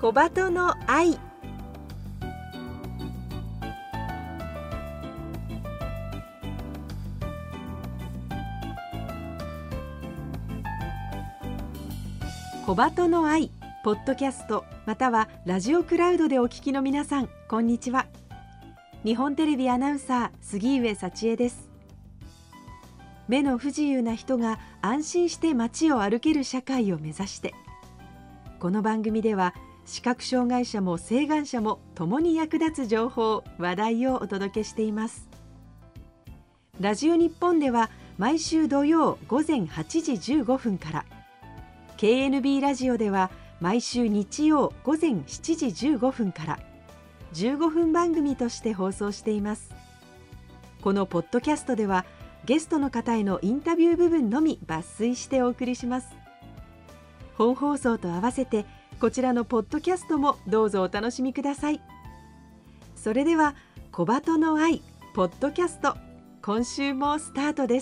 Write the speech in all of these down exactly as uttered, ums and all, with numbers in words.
小鳩の愛。小鳩の愛ポッドキャストまたはラジオクラウドでお聞きの皆さん、こんにちは。日本テレビアナウンサー杉上幸恵です。目の不自由な人が安心して街を歩ける社会を目指して、この番組では視覚障害者も晴眼者も共に役立つ情報話題をお届けしています。ラジオ日本では毎週土曜午前はちじじゅうごふんから、 ケーエヌビー ラジオでは毎週日曜午前しちじじゅうごふんからじゅうごふん番組として放送しています。このポッドキャストではゲストの方へのインタビュー部分のみ抜粋してお送りします。本放送と合わせてこちらのポッドキャストもどうぞお楽しみください。それでは小鳩の愛ポッドキャスト、今週もスタートです。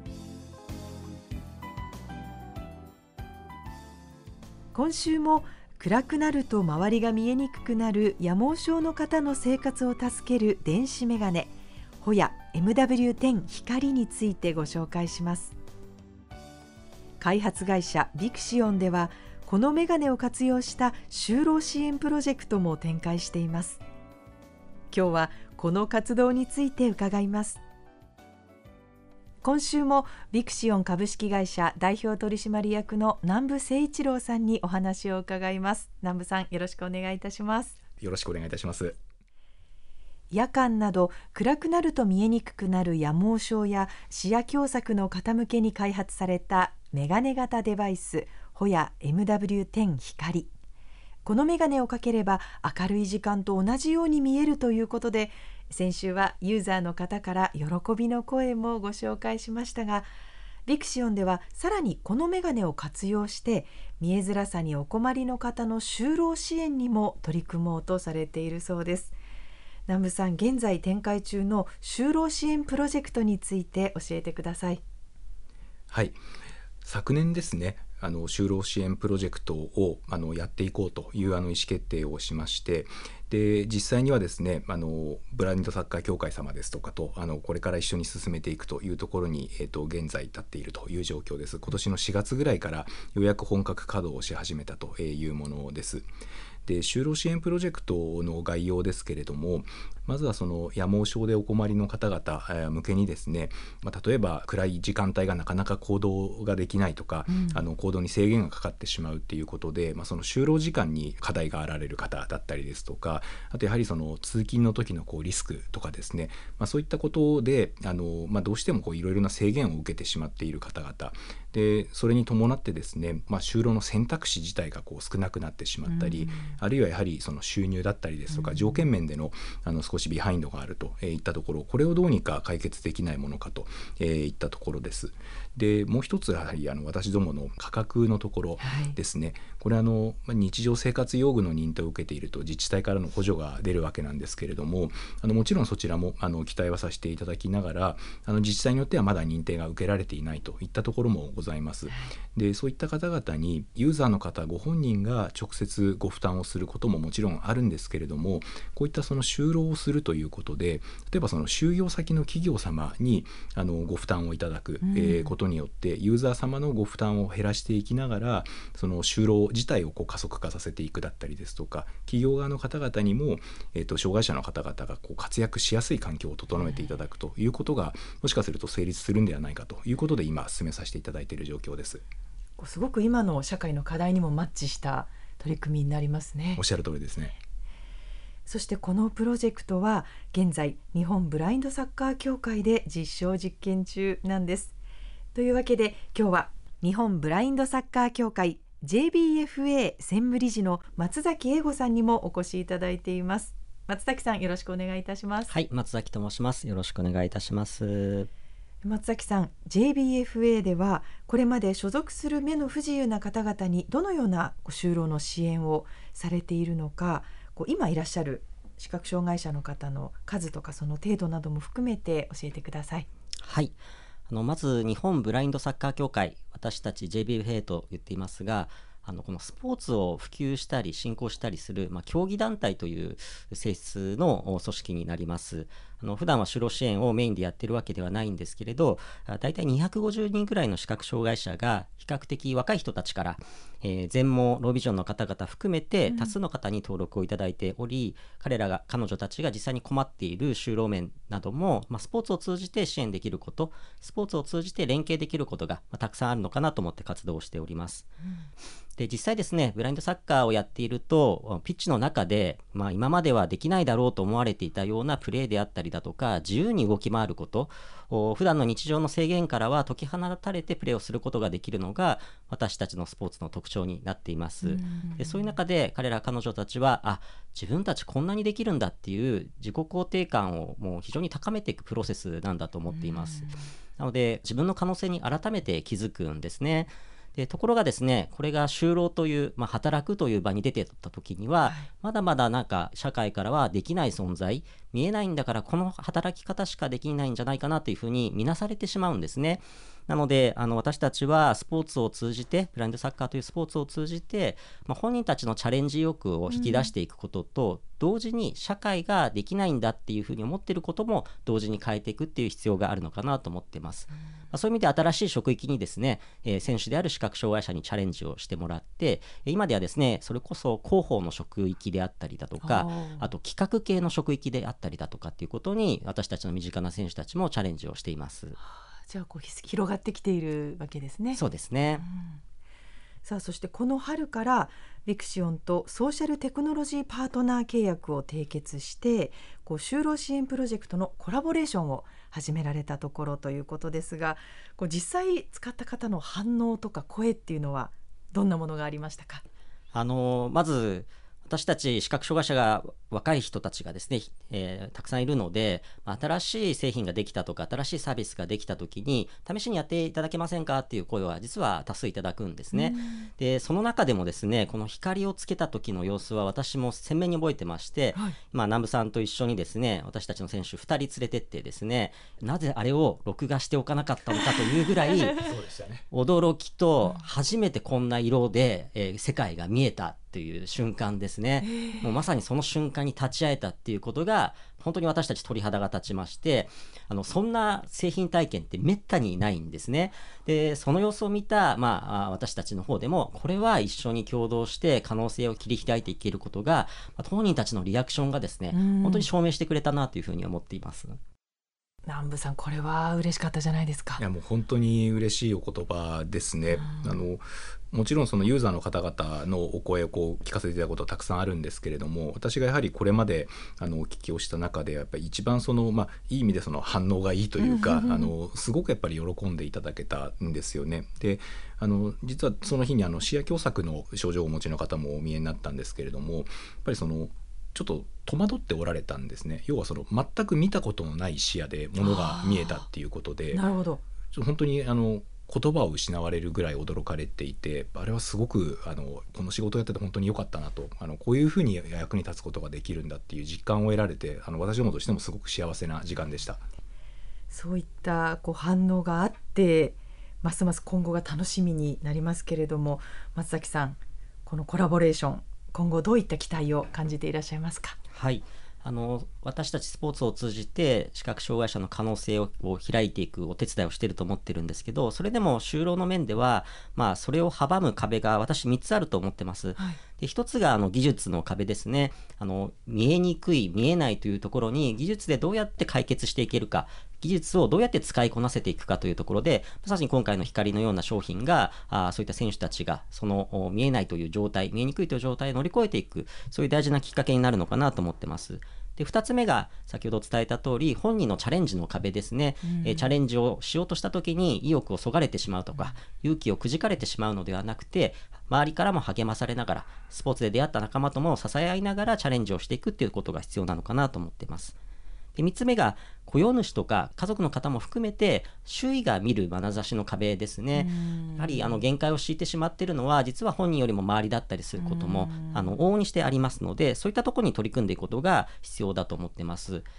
今週も暗くなると周りが見えにくくなる夜盲症の方の生活を助ける電子メガネホヤ エムダブリューテン 光についてご紹介します。開発会社ビクシオンではこのメガネを活用した就労支援プロジェクトも展開しています。今日はこの活動について伺います。今週もビクシオン株式会社代表取締役の南部誠一郎さんにお話を伺います。南部さん、よろしくお願いいたします。 よろしくお願いいたします。 夜間など暗くなると見えにくくなる夜盲症や視野狭窄の方向けに開発されたメガネ型デバイスホヤ エムダブリューテン 光。このメガネをかければ明るい時間と同じように見えるということで、先週はユーザーの方から喜びの声もご紹介しましたが、ビクシオンではさらにこのメガネを活用して見えづらさにお困りの方の就労支援にも取り組もうとされているそうです。南部さん、現在展開中の就労支援プロジェクトについて教えてください。 はい、昨年ですね、あの就労支援プロジェクトをあのやっていこうというあの意思決定をしまして、で実際にはですね、あのブラインドサッカー協会様ですとかとあのこれから一緒に進めていくというところに、えー、と現在立っているという状況です。今年のしがつぐらいからようやく本格稼働をし始めたというものです。で就労支援プロジェクトの概要ですけれども、まずはその夜盲症でお困りの方々向けにですね、まあ、例えば暗い時間帯がなかなか行動ができないとか、うん、あの行動に制限がかかってしまうっていうことで、まあ、その就労時間に課題があられる方だったりですとか、あとやはりその通勤の時のこうリスクとかですね、まあ、そういったことであの、まあ、どうしてもいろいろな制限を受けてしまっている方々で、それに伴ってですね、まあ、就労の選択肢自体がこう少なくなってしまったり、うん、あるいはやはりその収入だったりですとか条件面での、あの少しビハインドがあるといったところ、これをどうにか解決できないものかといったところです。でもう一つやはりあの私どもの価格のところですね、はい、これあの日常生活用具の認定を受けていると自治体からの補助が出るわけなんですけれども、あのもちろんそちらもあの期待はさせていただきながら、あの自治体によってはまだ認定が受けられていないといったところもございます。でそういった方々にユーザーの方ご本人が直接ご負担をすることももちろんあるんですけれども、こういったその就労をするということで、例えばその就業先の企業様にあのご負担をいただく、うん、えー、ことによってユーザー様のご負担を減らしていきながら、その就労自体をこう加速化させていくだったりですとか、企業側の方々にも、えー、と障害者の方々がこう活躍しやすい環境を整えていただくということが、もしかすると成立するんではないかということで今進めさせていただいている状況です。 すごく今の社会の課題にもマッチした取り組みになりますね。 おっしゃる通りですね。 そしてこのプロジェクトは現在日本ブラインドサッカー協会で実証実験中なんです。というわけで今日は日本ブラインドサッカー協会 ジェービーエフエー 専務理事の松崎英吾さんにもお越しいただいています。松崎さん、よろしくお願いいたします。 はい、松崎と申します。よろしくお願いいたします。 松崎さん、 ジェービーエフエー ではこれまで所属する目の不自由な方々にどのような就労の支援をされているのか、こう今いらっしゃる視覚障害者の方の数とかその程度なども含めて教えてください。 はい、あのまず日本ブラインドサッカー協会、私たち ジェービーエフエー と言っていますが、 あのこのスポーツを普及したり振興したりする、まあ、競技団体という性質の組織になります。あの普段は就労支援をメインでやっているわけではないんですけれど、だいたいにひゃくごじゅうにんくらいの視覚障害者が比較的若い人たちから、えー、全盲ロービジョンの方々含めて多数の方に登録をいただいており、うん、彼らが彼女たちが実際に困っている就労面なども、まあ、スポーツを通じて支援できること、スポーツを通じて連携できることが、まあ、たくさんあるのかなと思って活動をしております。うんで実際ですね、ブラインドサッカーをやっているとピッチの中で、まあ、今まではできないだろうと思われていたようなプレーであったりだとか、自由に動き回ること、普段の日常の制限からは解き放たれてプレーをすることができるのが私たちのスポーツの特徴になっています。でそういう中で彼ら彼女たちはあ自分たちこんなにできるんだっていう自己肯定感をもう非常に高めていくプロセスなんだと思っています。なので自分の可能性に改めて気づくんですね。でところがですね、これが就労という、まあ、働くという場に出てた時には、はい、まだまだなんか社会からはできない存在、見えないんだからこの働き方しかできないんじゃないかなというふうに見なされてしまうんですね。なのであの私たちはスポーツを通じて、ブラインドサッカーというスポーツを通じて、まあ、本人たちのチャレンジ欲を引き出していくことと、うん、同時に社会ができないんだっていうふうに思っていることも同時に変えていくっていう必要があるのかなと思っています。うんまあ、そういう意味で新しい職域にですね、えー、選手である視覚障害者にチャレンジをしてもらって、今ではですね、それこそ広報の職域であったりだとか、あと企画系の職域であったりだとかっていうことに私たちの身近な選手たちもチャレンジをしています。 じゃあこう広がってきているわけですね。 そうですね、 うん、さあそしてこの春からヴィクシオンとソーシャルテクノロジーパートナー契約を締結して、こう就労支援プロジェクトのコラボレーションを始められたところということですが、こう実際使った方の反応とか声っていうのはどんなものがありましたか？ あのまず私たち視覚障害者が若い人たちがですね、えー、たくさんいるので、新しい製品ができたとか新しいサービスができたときに試しにやっていただけませんかっていう声は実は多数いただくんですね。でその中でもですね、この光をつけた時の様子は私も鮮明に覚えてまして、はい、今南部さんと一緒にですね、私たちの選手ふたり連れてってですね、なぜあれを録画しておかなかったのかというぐらい驚きと、初めてこんな色で、えー、世界が見えたという瞬間ですね。もうまさにその瞬間に立ち会えたっていうことが本当に私たち鳥肌が立ちまして、あのそんな製品体験ってめったにないんですね。でその様子を見た、まあ、私たちの方でもこれは一緒に共同して可能性を切り開いていけることが、当人たちのリアクションがですね、本当に証明してくれたなというふうに思っています。 南部さん、これは嬉しかったじゃないですか？ いやもう本当に嬉しいお言葉ですね。あのもちろんそのユーザーの方々のお声をこう聞かせていただくことはたくさんあるんですけれども、私がやはりこれまであのお聞きをした中でやっぱり一番その、まあ、いい意味でその反応がいいというか、あのすごくやっぱり喜んでいただけたんですよね。であの実はその日にあの視野狭窄の症状をお持ちの方もお見えになったんですけれども、やっぱりそのちょっと戸惑っておられたんですね。要はその全く見たことのない視野でものが見えたっていうことで、 なるほど、 本当にあの言葉を失われるぐらい驚かれていて、あれはすごくあのこの仕事をやってて本当に良かったなと、あのこういうふうに役に立つことができるんだっていう実感を得られて、あの私どもとしてもすごく幸せな時間でした。 そういったこう反応があってますます今後が楽しみになりますけれども、松崎さん、このコラボレーション今後どういった期待を感じていらっしゃいますか？ はい、あの私たちスポーツを通じて視覚障害者の可能性を開いていくお手伝いをしていると思ってるんですけど、それでも就労の面では、まあ、それを阻む壁が私みっつあると思ってます。はい、でひとつがあの技術の壁ですね。あの見えにくい見えないというところに技術でどうやって解決していけるか、技術をどうやって使いこなせていくかというところで、まさに今回の光のような商品があそういった選手たちがその見えないという状態、見えにくいという状態を乗り越えていく、そういう大事なきっかけになるのかなと思ってます。でふたつめが先ほど伝えた通り、本人のチャレンジの壁ですね。うん、えチャレンジをしようとした時に意欲をそがれてしまうとか、うん、勇気をくじかれてしまうのではなくて、周りからも励まされながら、スポーツで出会った仲間とも支え合いながらチャレンジをしていくっていうことが必要なのかなと思っています。でみっつめが雇用主とか家族の方も含めて周囲が見る眼差しの壁ですね。やはりあの限界を敷いてしまっているのは、実は本人よりも周りだったりすることもあの往々にしてありますので、そういったところに取り組んでいくことが必要だと思っています。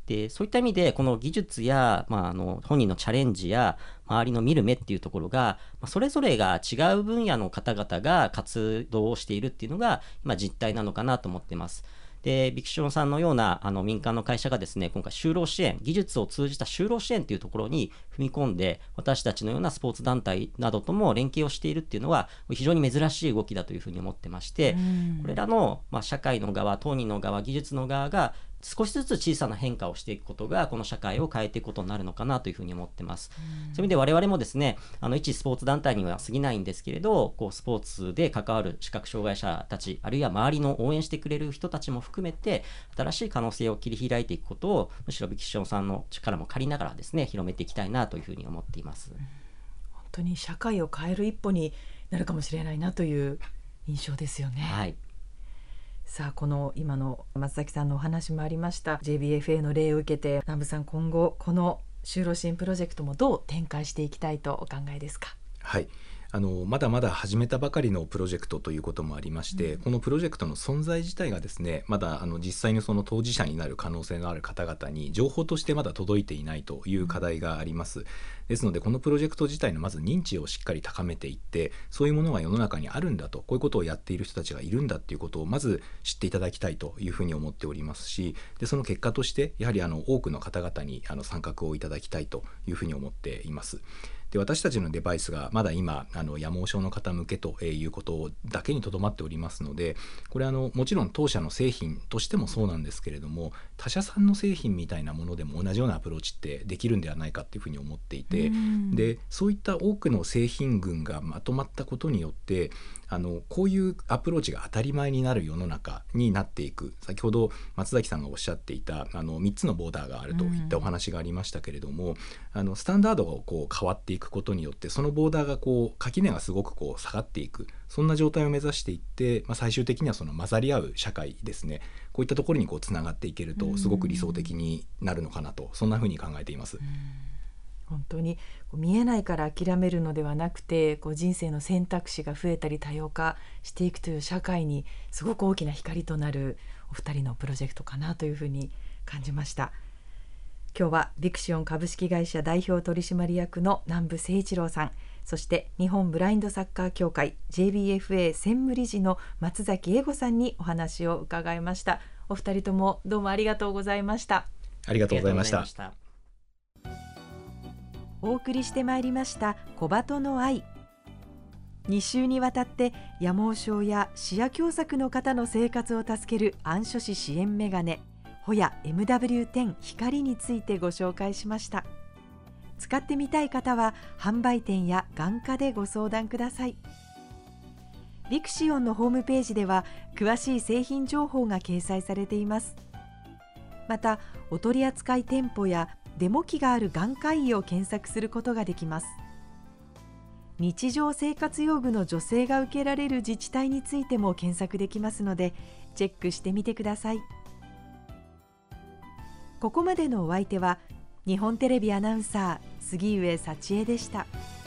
でそういった意味でこの技術や、まあ、あの本人のチャレンジや周りの見る目っていうところが、まあ、それぞれが違う分野の方々が活動をしているっていうのが今実態なのかなと思っています。でビクシオンさんのようなあの民間の会社がですね、今回就労支援、技術を通じた就労支援というところに踏み込んで、私たちのようなスポーツ団体などとも連携をしているっていうのは非常に珍しい動きだというふうに思ってまして、これらの、まあ、社会の側、当人の側、技術の側が少しずつ小さな変化をしていくことがこの社会を変えていくことになるのかなというふうに思ってます。そういう意味で我々もですね、あの一スポーツ団体には過ぎないんですけれど、こうスポーツで関わる視覚障害者たち、あるいは周りの応援してくれる人たちも含めて新しい可能性を切り開いていくことを、むしろビクシオンさんの力も借りながらですね、広めていきたいなというふうに思っています。 本当に社会を変える一歩になるかもしれないなという印象ですよね。 はい。 さあ、この今の松崎さんのお話もありました ジェイビーエフエー の例を受けて、南部さん、今後この就労支援プロジェクトもどう展開していきたいとお考えですか？ はい、あのまだまだ始めたばかりのプロジェクトということもありまして、うん、このプロジェクトの存在自体がですね、まだあの実際にその当事者になる可能性のある方々に情報としてまだ届いていないという課題があります。ですので、このプロジェクト自体のまず認知をしっかり高めていって、そういうものが世の中にあるんだと、こういうことをやっている人たちがいるんだということをまず知っていただきたいというふうに思っておりますし、でその結果としてやはりあの多くの方々にあの参画をいただきたいというふうに思っています。で私たちのデバイスがまだ今あの夜盲症の方向けということだけにとどまっておりますので、これあのもちろん当社の製品としてもそうなんですけれども、他社さんの製品みたいなものでも同じようなアプローチってできるんではないかというふうに思っていて、でそういった多くの製品群がまとまったことによってあのこういうアプローチが当たり前になる世の中になっていく。先ほど松崎さんがおっしゃっていたあのみっつのボーダーがあるといったお話がありましたけれども、あのスタンダードがこう変わっていくことによってそのボーダーがこう垣根がすごくこう下がっていく、そんな状態を目指していって、まあ、最終的にはその混ざり合う社会ですね、こういったところにこうつながっていけるとすごく理想的になるのかなと、そんなふうに考えています。 本当に見えないから諦めるのではなくて、こう人生の選択肢が増えたり多様化していくという社会にすごく大きな光となるお二人のプロジェクトかなというふうに感じました。今日はビクシオン株式会社代表取締役の南部誠一郎さん、そして日本ブラインドサッカー協会 ジェイビーエフエー 専務理事の松崎英吾さんにお話を伺いました。お二人ともどうもありがとうございました。 ありがとうございました。 お送りしてまいりました小鳩の愛。に週にわたって夜盲症や視野狭窄の方の生活を助ける暗所視支援メガネホヤ エムダブリューテン 光についてご紹介しました。使ってみたい方は販売店や眼科でご相談ください。ビクシオンのホームページでは詳しい製品情報が掲載されています。またお取り扱い店舗やデモ機がある眼科医を検索することができます。日常生活用具の助成が受けられる自治体についても検索できますのでチェックしてみてください。ここまでのお相手は日本テレビアナウンサー杉上幸恵でした。